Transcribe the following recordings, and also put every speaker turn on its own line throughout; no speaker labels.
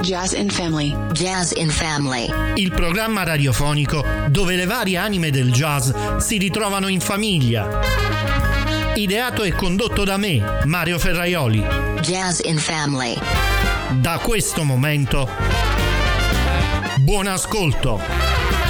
Jazz in Family.
Jazz in Family.
Il programma radiofonico dove le varie anime del jazz si ritrovano in famiglia. Ideato e condotto da me, Mario Ferraioli.
Jazz in Family.
Da questo momento, buon ascolto.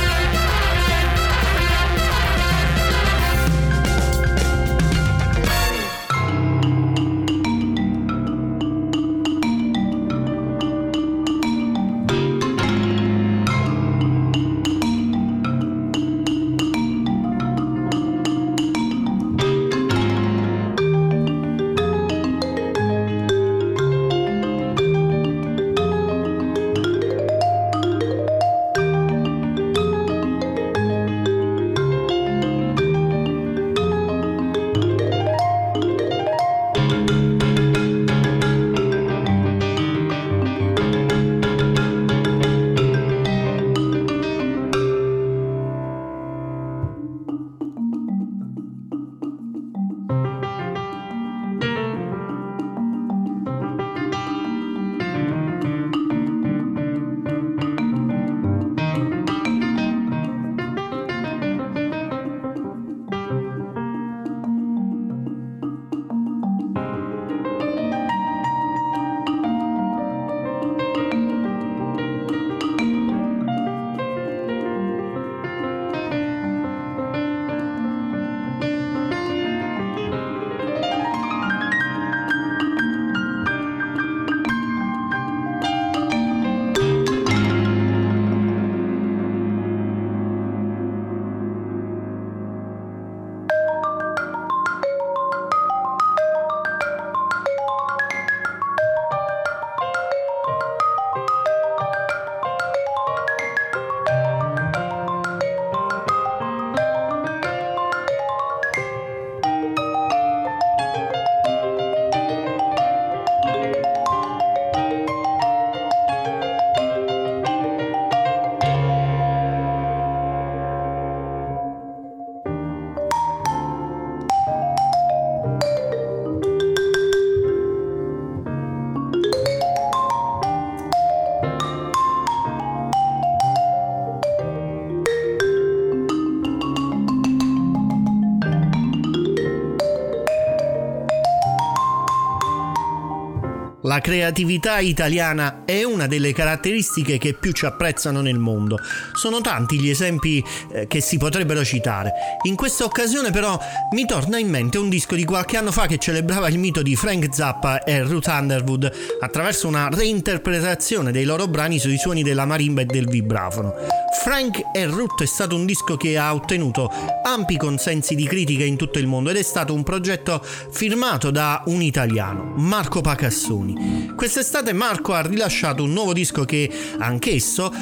La creatività italiana è una delle caratteristiche che più ci apprezzano nel mondo. Sono tanti gli esempi che si potrebbero citare. In questa occasione però mi torna in mente un disco di qualche anno fa che celebrava il mito di Frank Zappa e Ruth Underwood attraverso una reinterpretazione dei loro brani sui suoni della marimba e del vibrafono. Frank e Ruth è stato un disco che ha ottenuto ampi consensi di critica in tutto il mondo ed è stato un progetto firmato da un italiano, Marco Pacassoni. Quest'estate Marco ha rilasciato un nuovo disco che anch'esso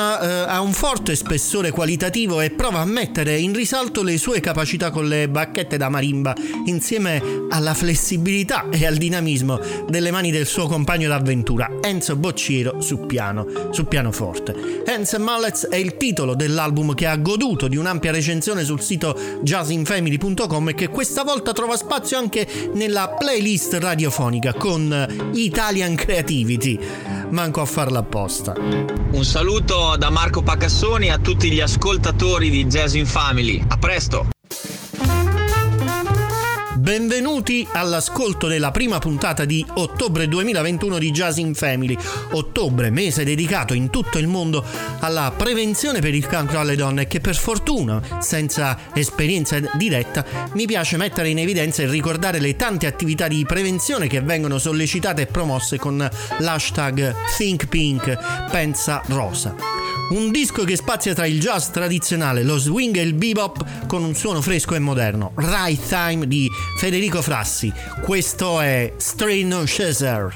ha un forte spessore qualitativo e prova a mettere in risalto le sue capacità con le bacchette da marimba insieme alla flessibilità e al dinamismo delle mani del suo compagno d'avventura Enzo Bocciero su pianoforte. Hands and Mallets è il titolo dell'album che ha goduto di un'ampia recensione sul sito jazzinfamily.com e che questa volta trova spazio anche nella playlist radiofonica con Italian Creativity. Manco a farla apposta.
Un saluto da Marco Pacassoni a tutti gli ascoltatori di Jazz in Family. A presto!
Benvenuti all'ascolto della prima puntata di ottobre 2021 di Jazz in Family. Ottobre, mese dedicato in tutto il mondo alla prevenzione per il cancro alle donne, che per fortuna, senza esperienza diretta, mi piace mettere in evidenza e ricordare le tante attività di prevenzione che vengono sollecitate e promosse con l'hashtag ThinkPink, Pensa Rosa. Un disco che spazia tra il jazz tradizionale, lo swing e il bebop con un suono fresco e moderno. Right Time di Federico Frassi. Questo è String Chaser.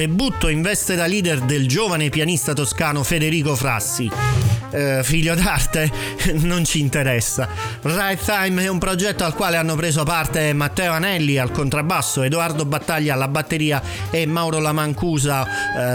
debutto in veste da leader del giovane pianista toscano Federico Frassi. Figlio d'arte? Non ci interessa. Right Time è un progetto al quale hanno preso parte Matteo Anelli al contrabbasso, Edoardo Battaglia alla batteria e Mauro Lamancusa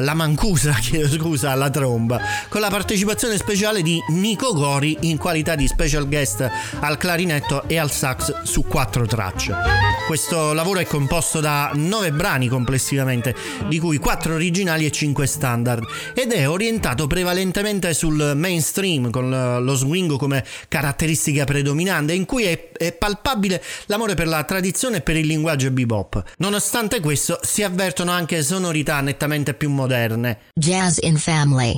alla tromba, con la partecipazione speciale di Nico Gori in qualità di special guest al clarinetto e al sax su 4 tracce. Questo lavoro è composto da 9 brani complessivamente, di cui 4 originali e 5 standard, ed è orientato prevalentemente sul mainstream, con lo swing come caratteristica predominante, in cui è palpabile l'amore per la tradizione e per il linguaggio bebop. Nonostante questo, si avvertono anche sonorità nettamente più moderne.
Jazz in Family.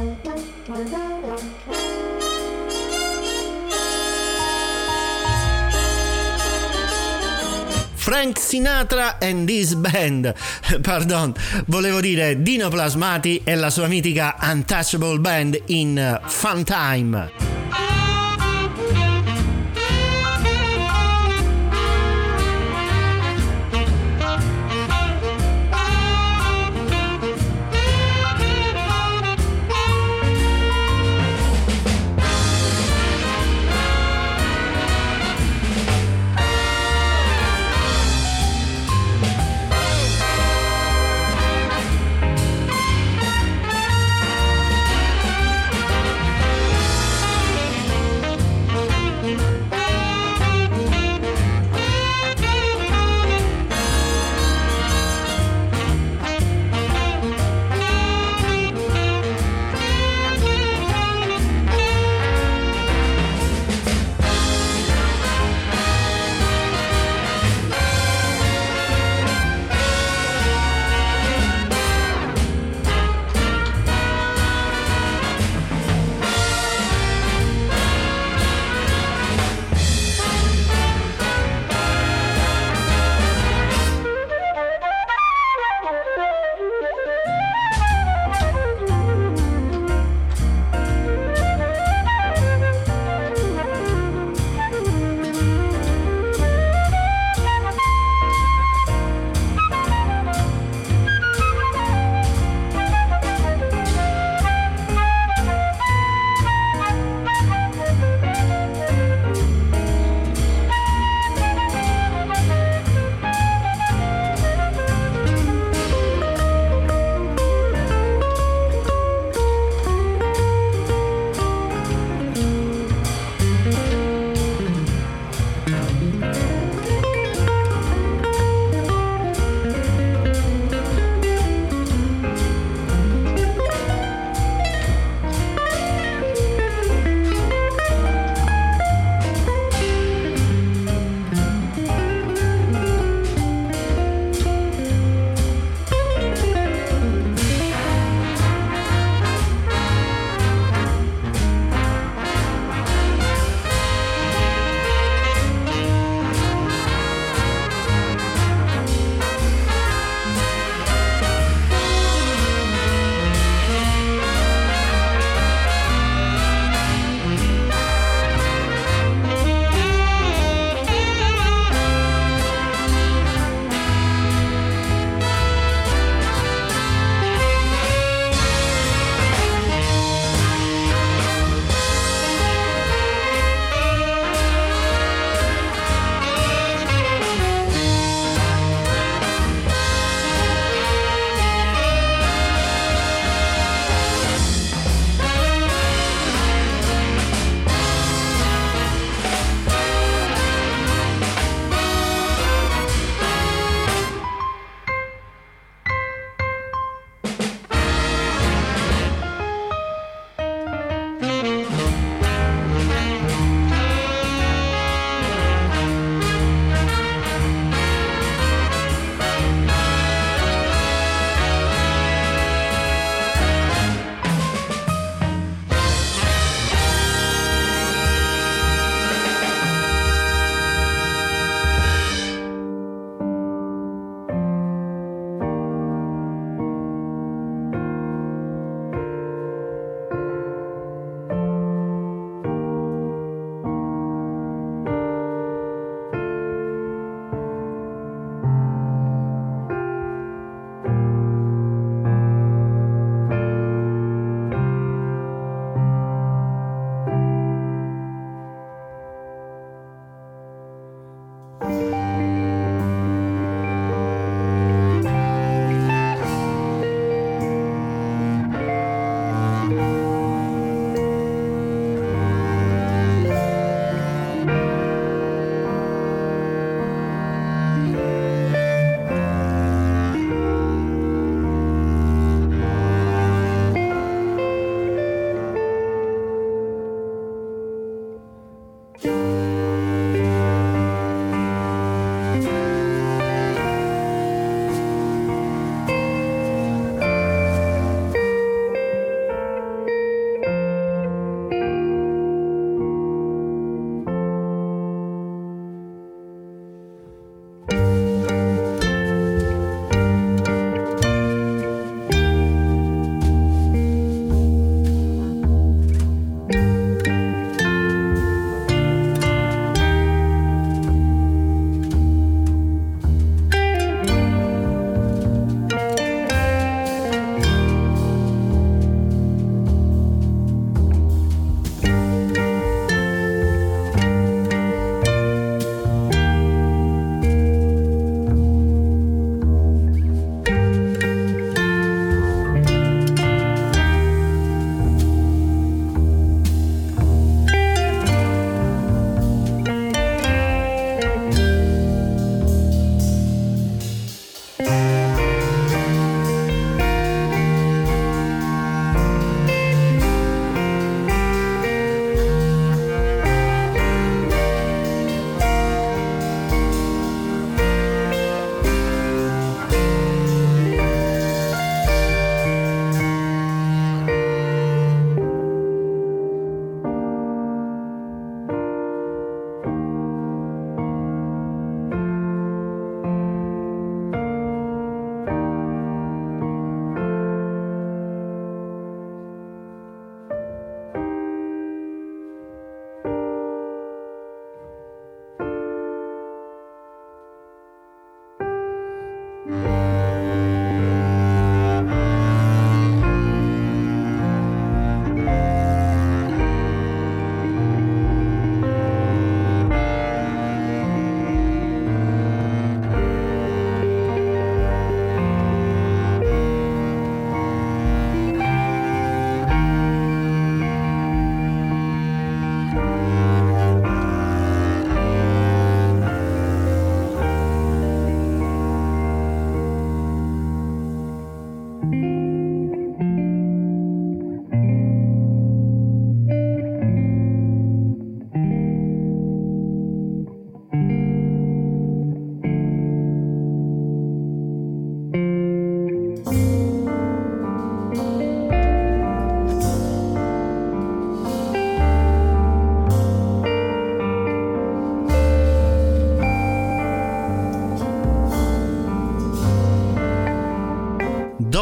Frank Sinatra and his band. Pardon, volevo dire Dino Plasmati e la sua mitica Untouchable Band in Fun Time.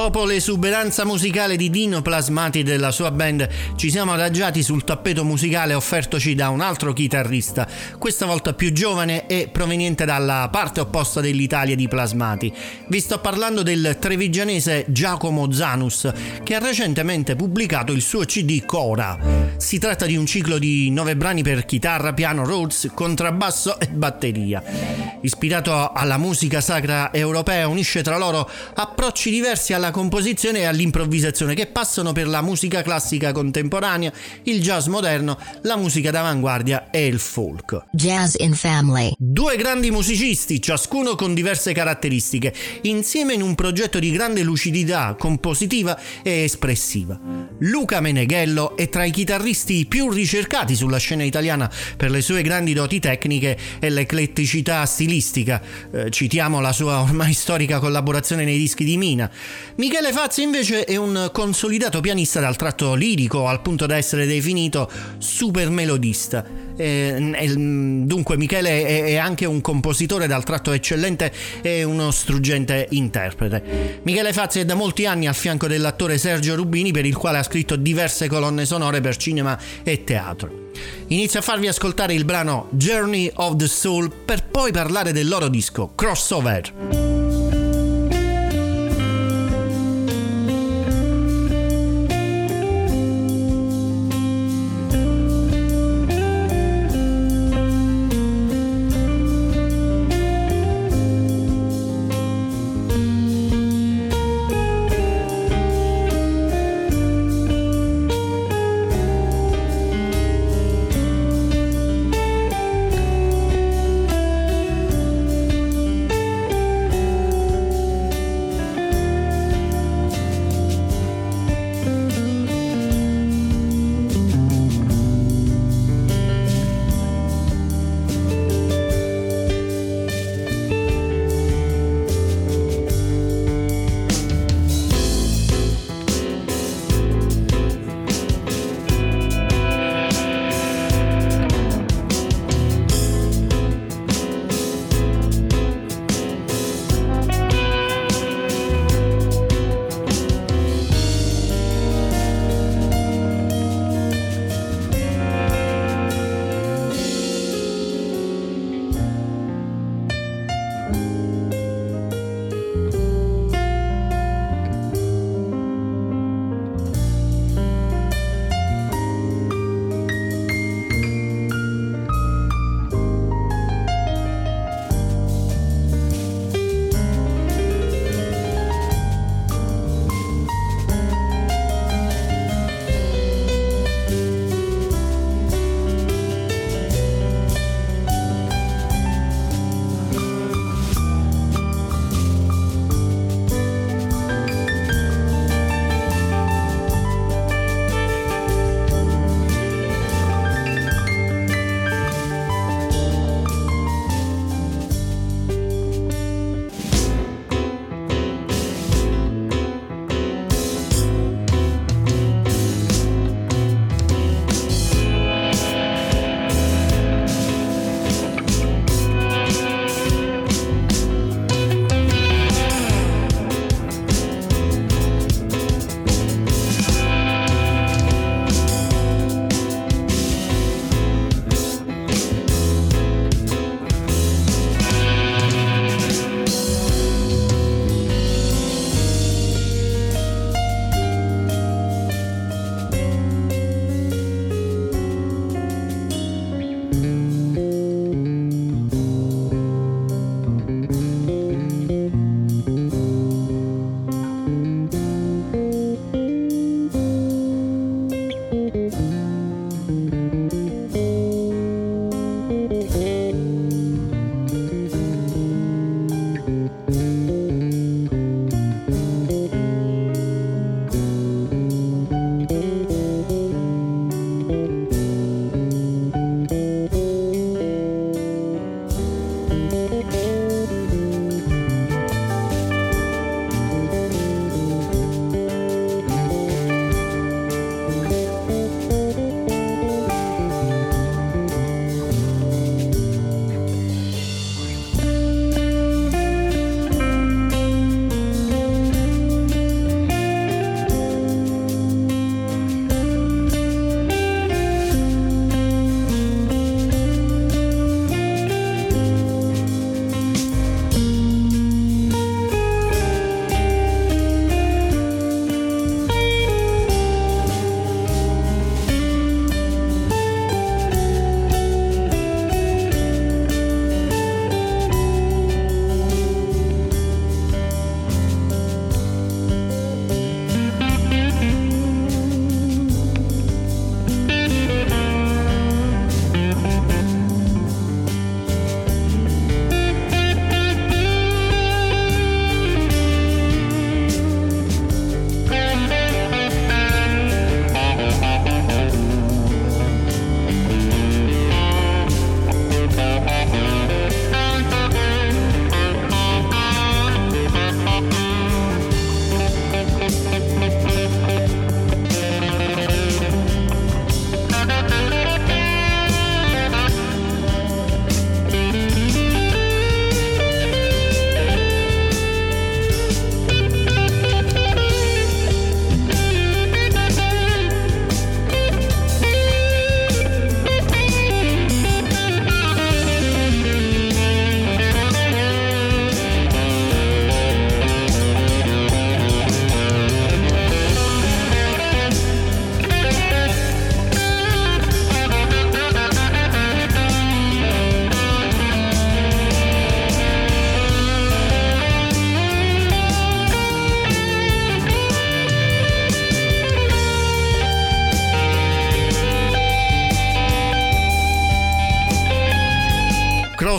Dopo l'esuberanza musicale di Dino Plasmati e della sua band, ci siamo adagiati sul tappeto musicale offertoci da un altro chitarrista, questa volta più giovane e proveniente dalla parte opposta dell'Italia di Plasmati. Vi sto parlando del trevigianese Giacomo Zanus, che ha recentemente pubblicato il suo CD Cora. Si tratta di un ciclo di 9 brani per chitarra, piano, Rhodes, contrabbasso e batteria. Ispirato alla musica sacra europea, unisce tra loro approcci diversi alla composizione e all'improvvisazione che passano per la musica classica contemporanea, il jazz moderno, la musica d'avanguardia e il folk.
Jazz in Family.
Due grandi musicisti, ciascuno con diverse caratteristiche, insieme in un progetto di grande lucidità compositiva e espressiva. Luca Meneghello è tra i chitarristi più ricercati sulla scena italiana per le sue grandi doti tecniche e l'ecletticità stilistica. Citiamo la sua ormai storica collaborazione nei dischi di Mina. Michele Fazio invece è un consolidato pianista dal tratto lirico al punto da essere definito super melodista. Dunque Michele è anche un compositore dal tratto eccellente e uno struggente interprete. Michele Fazio è da molti anni al fianco dell'attore Sergio Rubini, per il quale ha scritto diverse colonne sonore per cinema e teatro. Inizio a farvi ascoltare il brano Journey of the Soul per poi parlare del loro disco Crossover.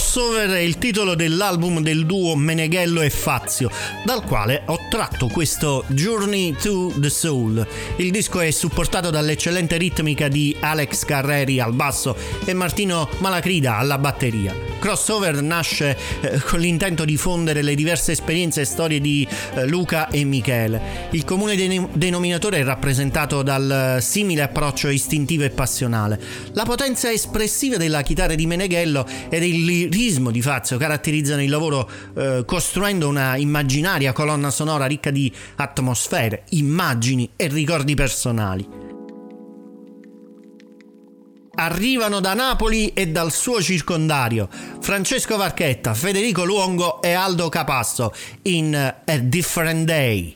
Crossover è il titolo dell'album del duo Meneghello e Fazio, dal quale ho tratto questo Journey to the Soul. Il disco è supportato dall'eccellente ritmica di Alex Carreri al basso e Martino Malacrida alla batteria. Crossover nasce con l'intento di fondere le diverse esperienze e storie di Luca e Michele. Il comune denominatore è rappresentato dal simile approccio istintivo e passionale. La potenza espressiva della chitarra di Meneghello e del lirismo di Fazio caratterizzano il lavoro, costruendo una immaginaria colonna sonora ricca di atmosfere, immagini e ricordi personali. Arrivano da Napoli e dal suo circondario Francesco Varchetta, Federico Luongo e Aldo Capasso in A Different Day.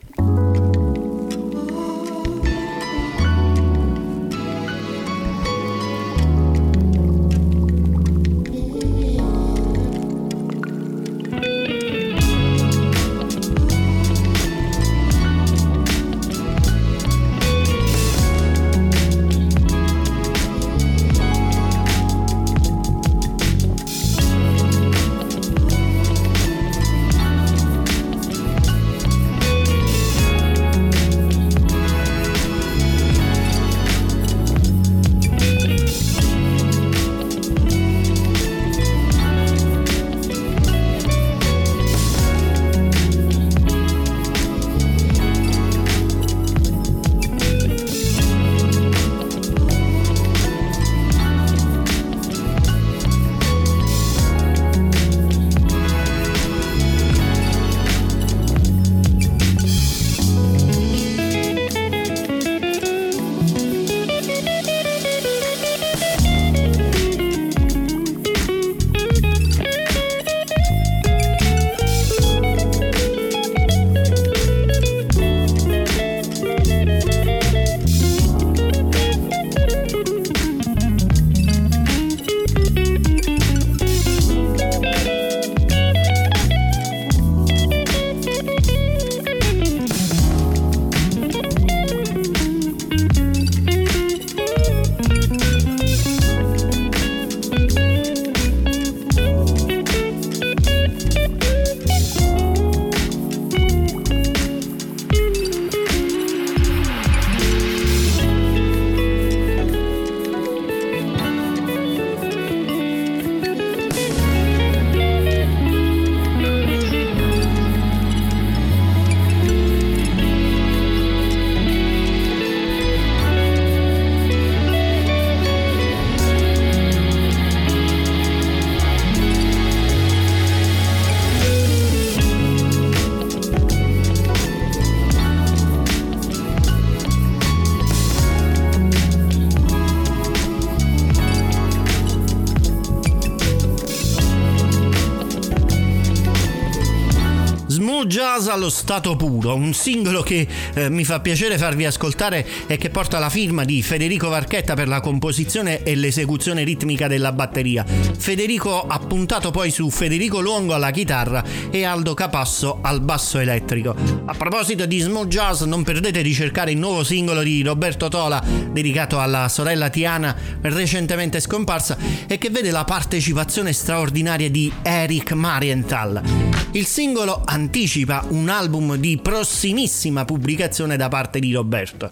Jazz allo stato puro, un singolo che mi fa piacere farvi ascoltare e che porta la firma di Federico Varchetta per la composizione e l'esecuzione ritmica della batteria. Federico ha puntato poi su Federico Luongo alla chitarra e Aldo Capasso al basso elettrico. A proposito di smooth jazz, non perdete di cercare il nuovo singolo di Roberto Tola dedicato alla sorella Tiana, recentemente scomparsa, e che vede la partecipazione straordinaria di Eric Marienthal. Il singolo anticipa un album di prossimissima pubblicazione da parte di Roberto.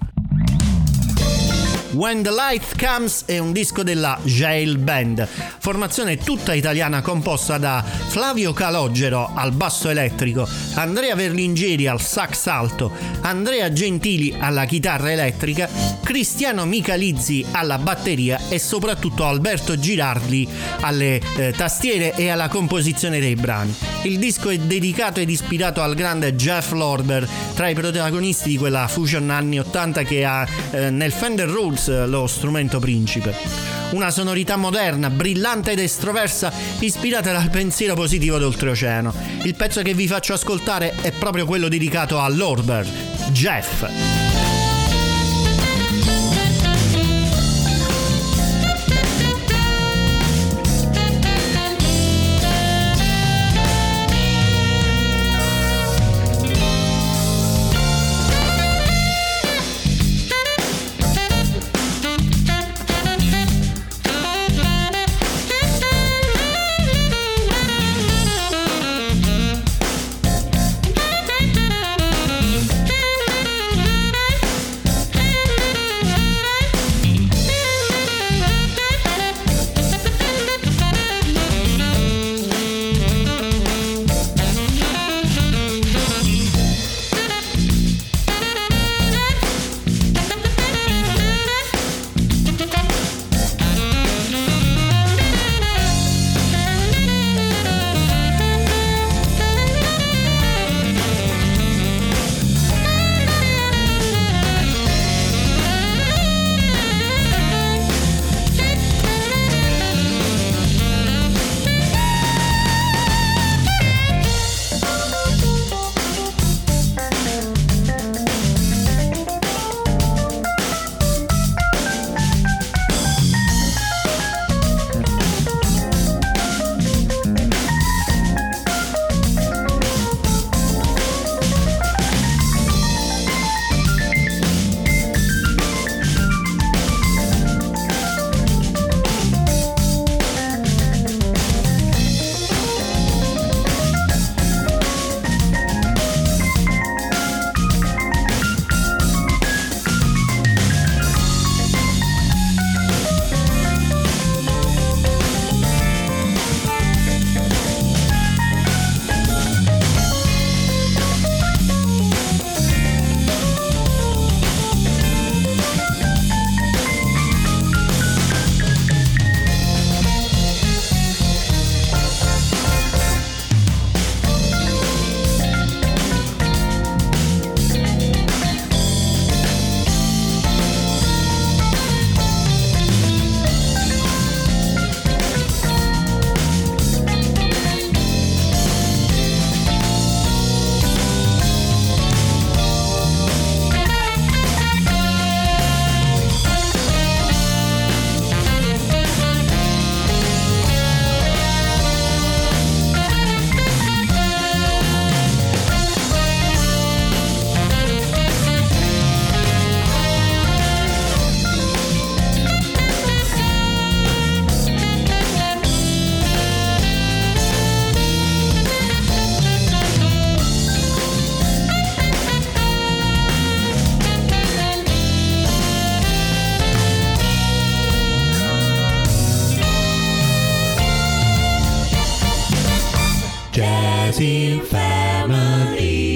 When the Light Comes è un disco della Jail Band, formazione tutta italiana composta da Flavio Calogero al basso elettrico, Andrea Verlingeri al sax alto, Andrea Gentili alla chitarra elettrica, Cristiano Michalizzi alla batteria e soprattutto Alberto Girardi alle tastiere e alla composizione dei brani. Il disco è dedicato ed ispirato al grande Jeff Lorber, tra i protagonisti di quella fusion anni 80 che ha nel Fender Rhodes lo strumento principe. Una sonorità moderna, brillante ed estroversa, ispirata dal pensiero positivo d'oltreoceano. Il pezzo che vi faccio ascoltare è proprio quello dedicato a Lorber, Jeff.
Jazz in Family.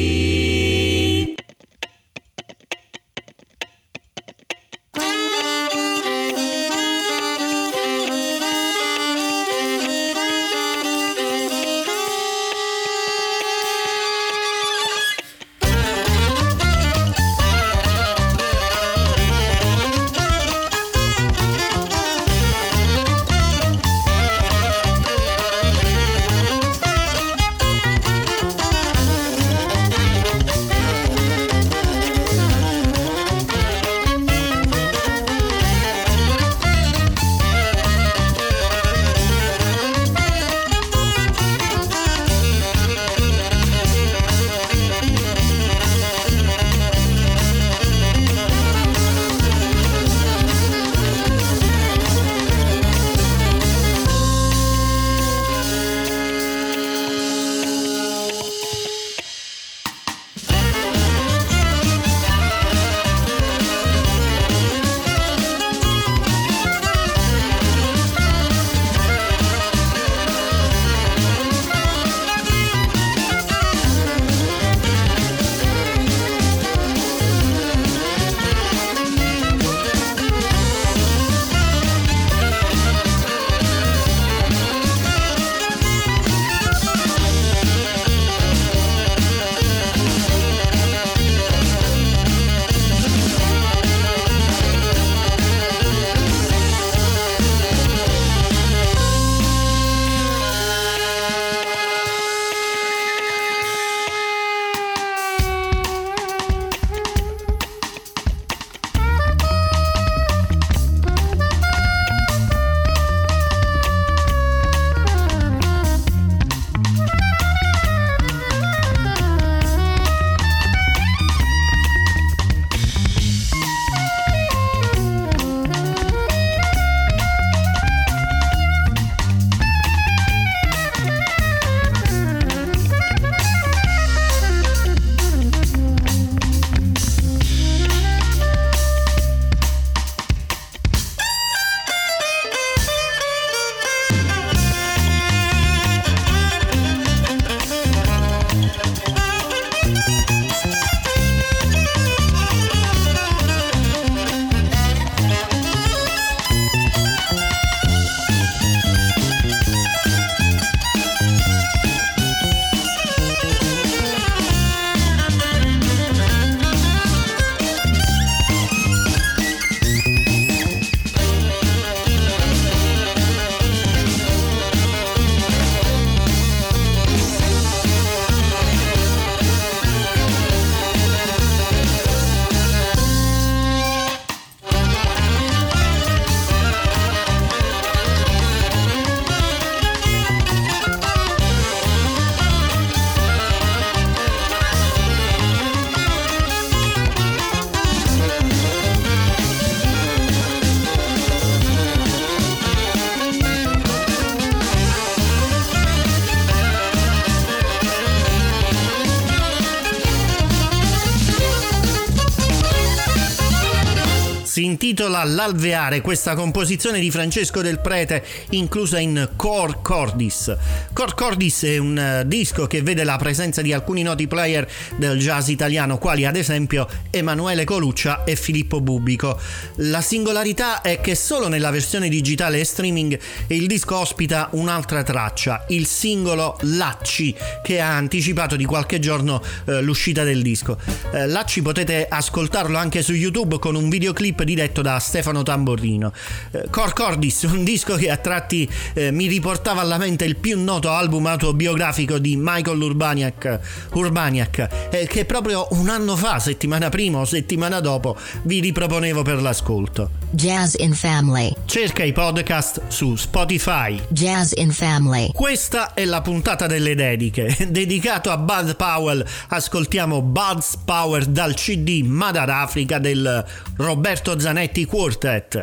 Si intitola L'Alveare, questa composizione di Francesco Del Prete inclusa in Cor Cordis. Cor Cordis è un disco che vede la presenza di alcuni noti player del jazz italiano, quali ad esempio Emanuele Coluccia e Filippo Bubbico. La singolarità è che solo nella versione digitale e streaming il disco ospita un'altra traccia, il singolo Lacci, che ha anticipato di qualche giorno l'uscita del disco. Lacci potete ascoltarlo anche su YouTube con un videoclip diretto da Stefano Tamborrino. Cor Cordis, un disco che a tratti mi riportava alla mente il più noto album autobiografico di Michael Urbaniak, che proprio un anno fa, settimana prima o settimana dopo, vi riproponevo per l'ascolto.
Jazz in Family.
Cerca i podcast su Spotify.
Jazz in Family.
Questa è la puntata delle dediche. Dedicato a Bud Powell, ascoltiamo Bud's Power dal CD Mother Africa del Roberto Zanetti Quartet.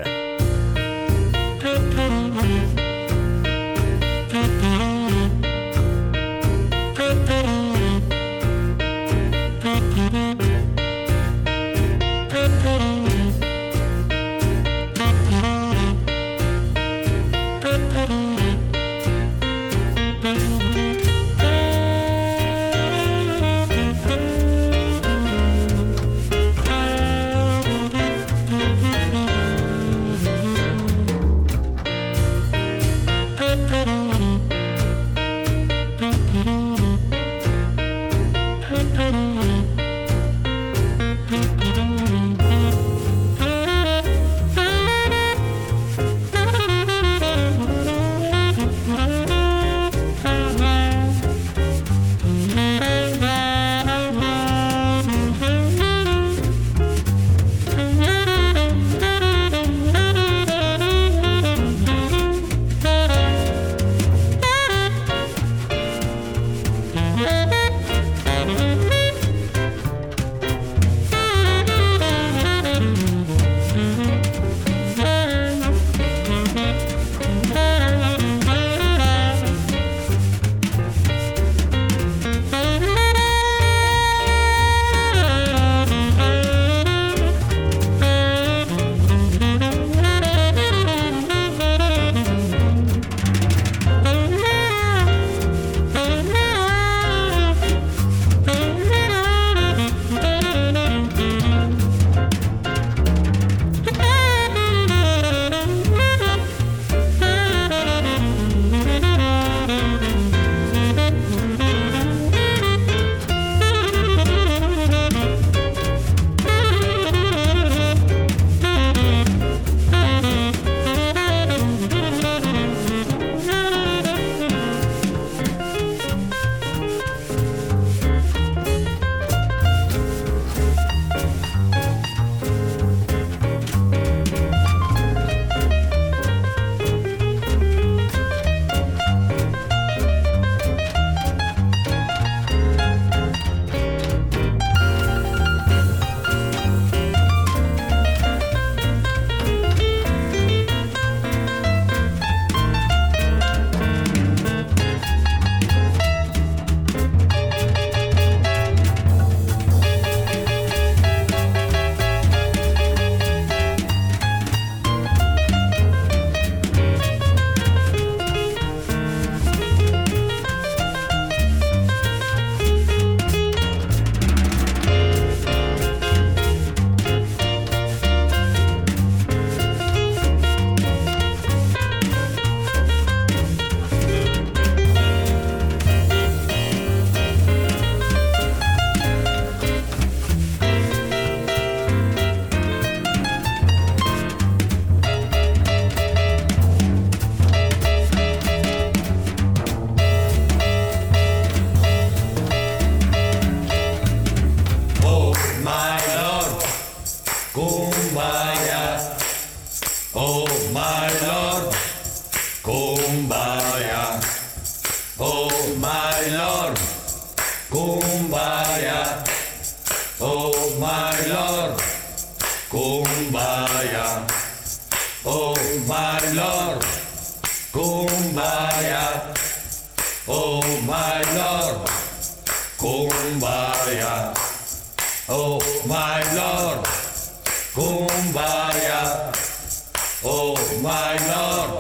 Oh my Lord, kumbaya. Oh my Lord, kumbaya. Oh my Lord, kumbaya. Oh my Lord,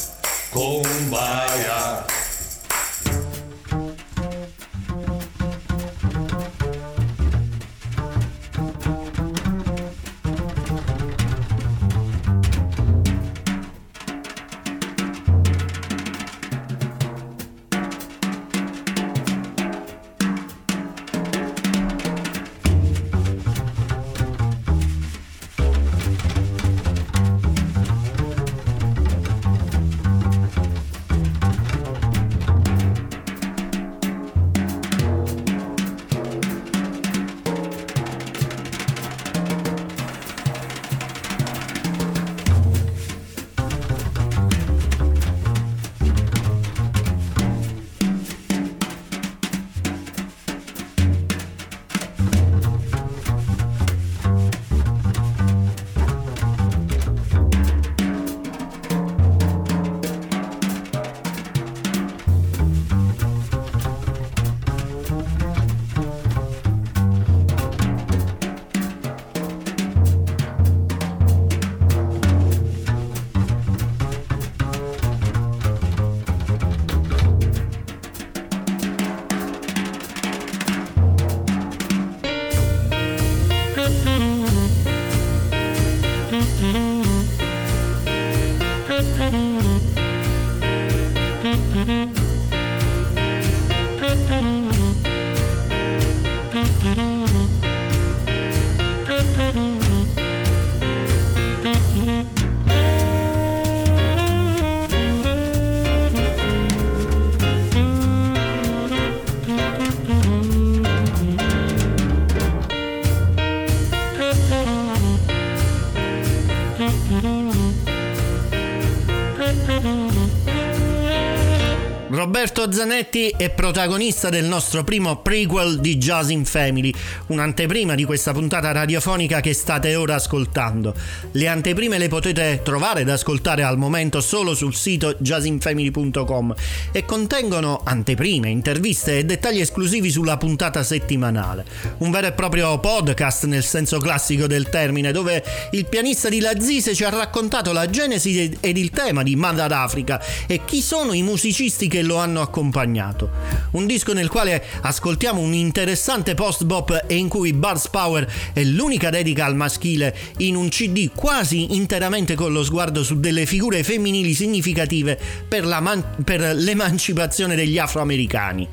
kumbaya.
Roberto Zanetti è protagonista del nostro primo prequel di Jazz in Family, un'anteprima di questa puntata radiofonica che state ora ascoltando. Le anteprime le potete trovare ed ascoltare al momento solo sul sito jazzinfamily.com e contengono anteprime, interviste e dettagli esclusivi sulla puntata settimanale. Un vero e proprio podcast nel senso classico del termine, dove il pianista di La Zise ci ha raccontato la genesi ed il tema di Mother Africa e chi sono i musicisti che lo hanno accompagnato. Un disco nel quale ascoltiamo un interessante post-bop e in cui Buzz Power è l'unica dedica al maschile in un CD quasi interamente con lo sguardo su delle figure femminili significative per l'emancipazione degli afroamericani.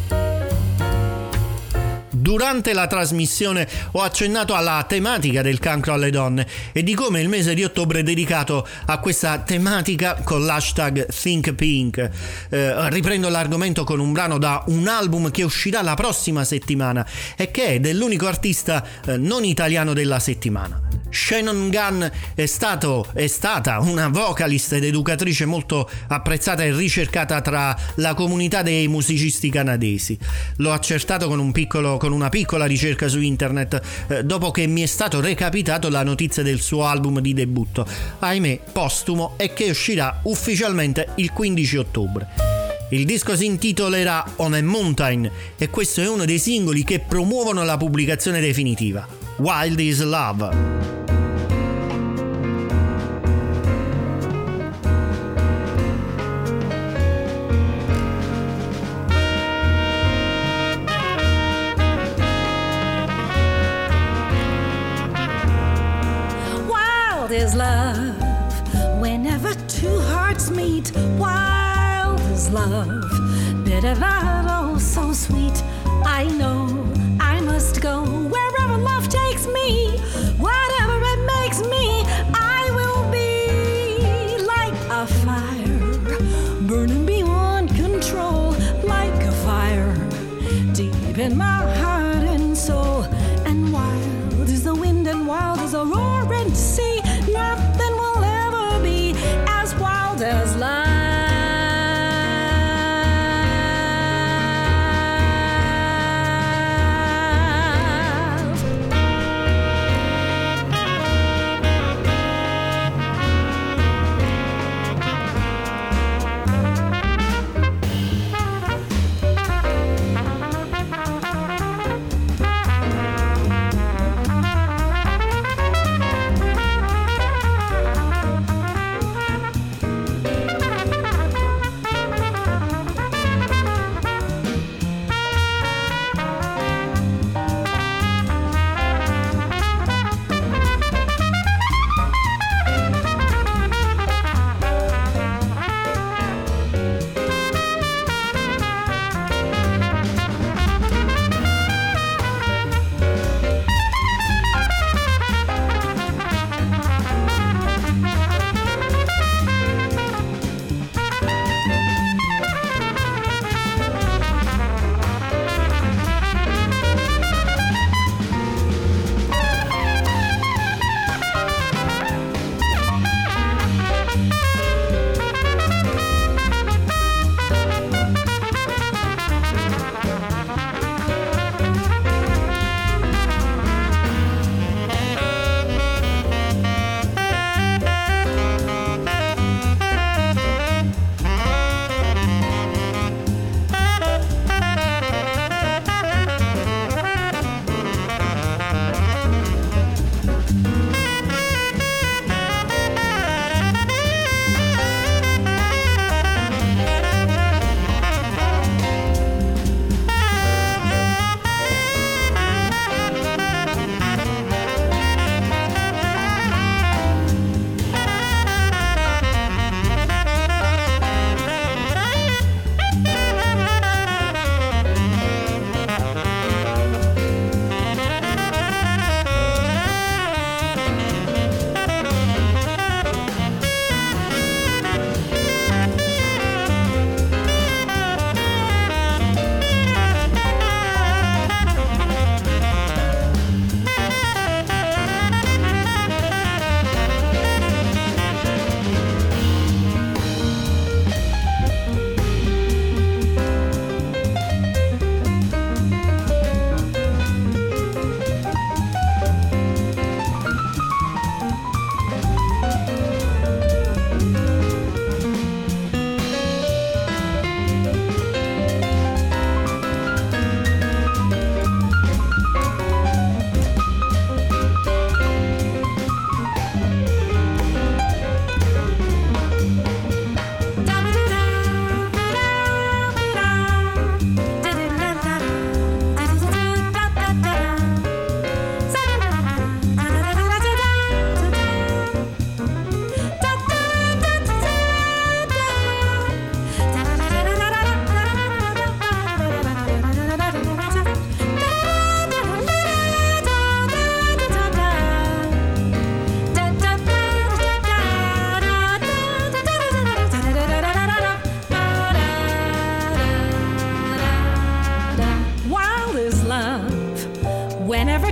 Durante la trasmissione ho accennato alla tematica del cancro alle donne e di come il mese di ottobre è dedicato a questa tematica con l'hashtag ThinkPink. Riprendo l'argomento con un brano da un album che uscirà la prossima settimana e che è dell'unico artista non italiano della settimana. Shannon Gunn è stata una vocalist ed educatrice molto apprezzata e ricercata tra la comunità dei musicisti canadesi. L'ho accertato con una piccola ricerca su internet dopo che mi è stato recapitato la notizia del suo album di debutto, ahimè postumo, e che uscirà ufficialmente il 15 ottobre. Il disco si intitolerà On a Mountain e questo è uno dei singoli che promuovono la pubblicazione definitiva, Wild is Love.
Is love whenever two hearts meet. Wild is love, bitter but oh so sweet. I know I must go wherever love takes me. Whatever it makes me, I will be like a fire, burning beyond control, like a fire deep in my heart and soul. And wild is the wind and wild is the roaring sea. Nothing will ever be as wild as love.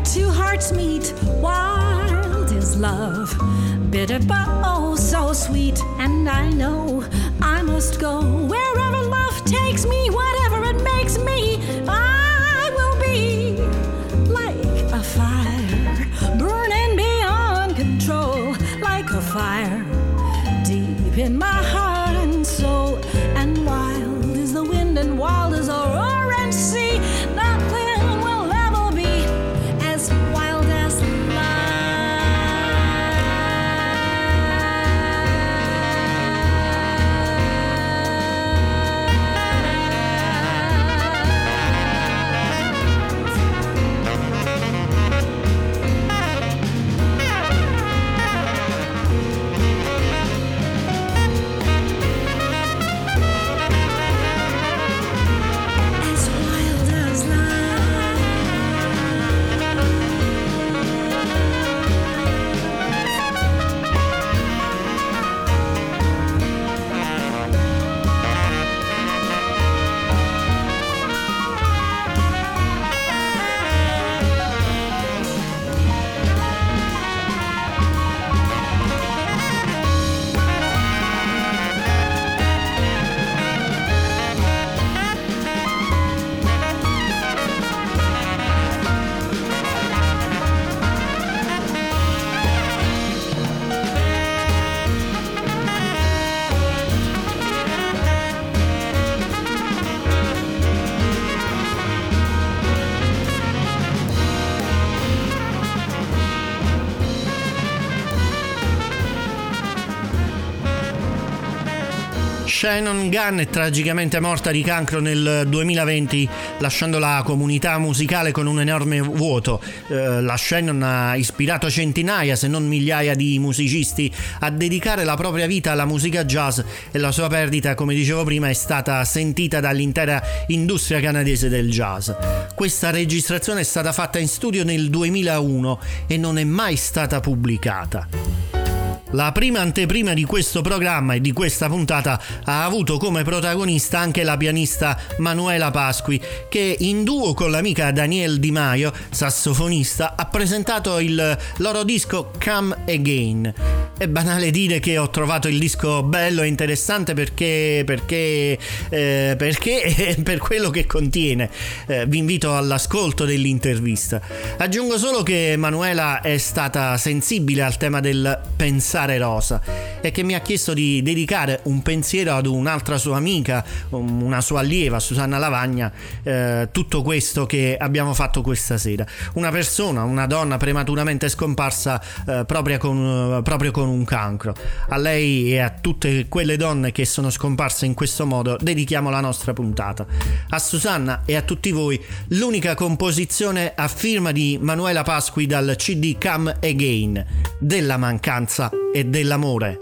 two hearts meet, wild is love, bitter but oh so sweet. And I know I must go wherever love takes me, whatever it makes me. I will be like a fire, burning beyond control, like a fire deep in my heart and soul. And wild is the wind and wild is a roaring sea. Nothing will ever be as wild as
Shannon Gunn è tragicamente morta di cancro nel 2020, lasciando la comunità musicale con un enorme vuoto. La Shannon ha ispirato centinaia, se non migliaia di musicisti a dedicare la propria vita alla musica jazz, e la sua perdita, come dicevo prima, è stata sentita dall'intera industria canadese del jazz. Questa registrazione è stata fatta in studio nel 2001 e non è mai stata pubblicata. La prima anteprima di questo programma e di questa puntata ha avuto come protagonista anche la pianista Manuela Pasqui, che in duo con l'amica Danielle Di Maio, sassofonista, ha presentato il loro disco Come Again. È banale dire che ho trovato il disco bello e interessante perché per quello che contiene. Vi invito all'ascolto dell'intervista. Aggiungo solo che Manuela è stata sensibile al tema del pensare rosa e che mi ha chiesto di dedicare un pensiero ad un'altra sua amica, una sua allieva, Susanna Lavagna, tutto questo che abbiamo fatto questa sera. Una donna prematuramente scomparsa proprio con un cancro. A lei e a tutte quelle donne che sono scomparse in questo modo dedichiamo la nostra puntata. A Susanna e a tutti voi l'unica composizione a firma di Manuela Pasqui dal CD Come Again, della mancanza e dell'amore.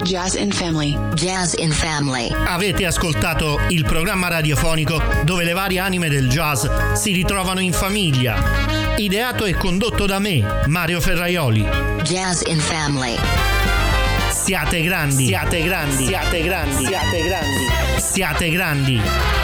Jazz in Family.
Jazz in Family.
Avete ascoltato il programma radiofonico dove le varie anime del jazz si ritrovano in famiglia. Ideato e condotto da me, Mario Ferraioli.
Jazz in Family.
Siate grandi, siate grandi, siate grandi, siate grandi, siate grandi.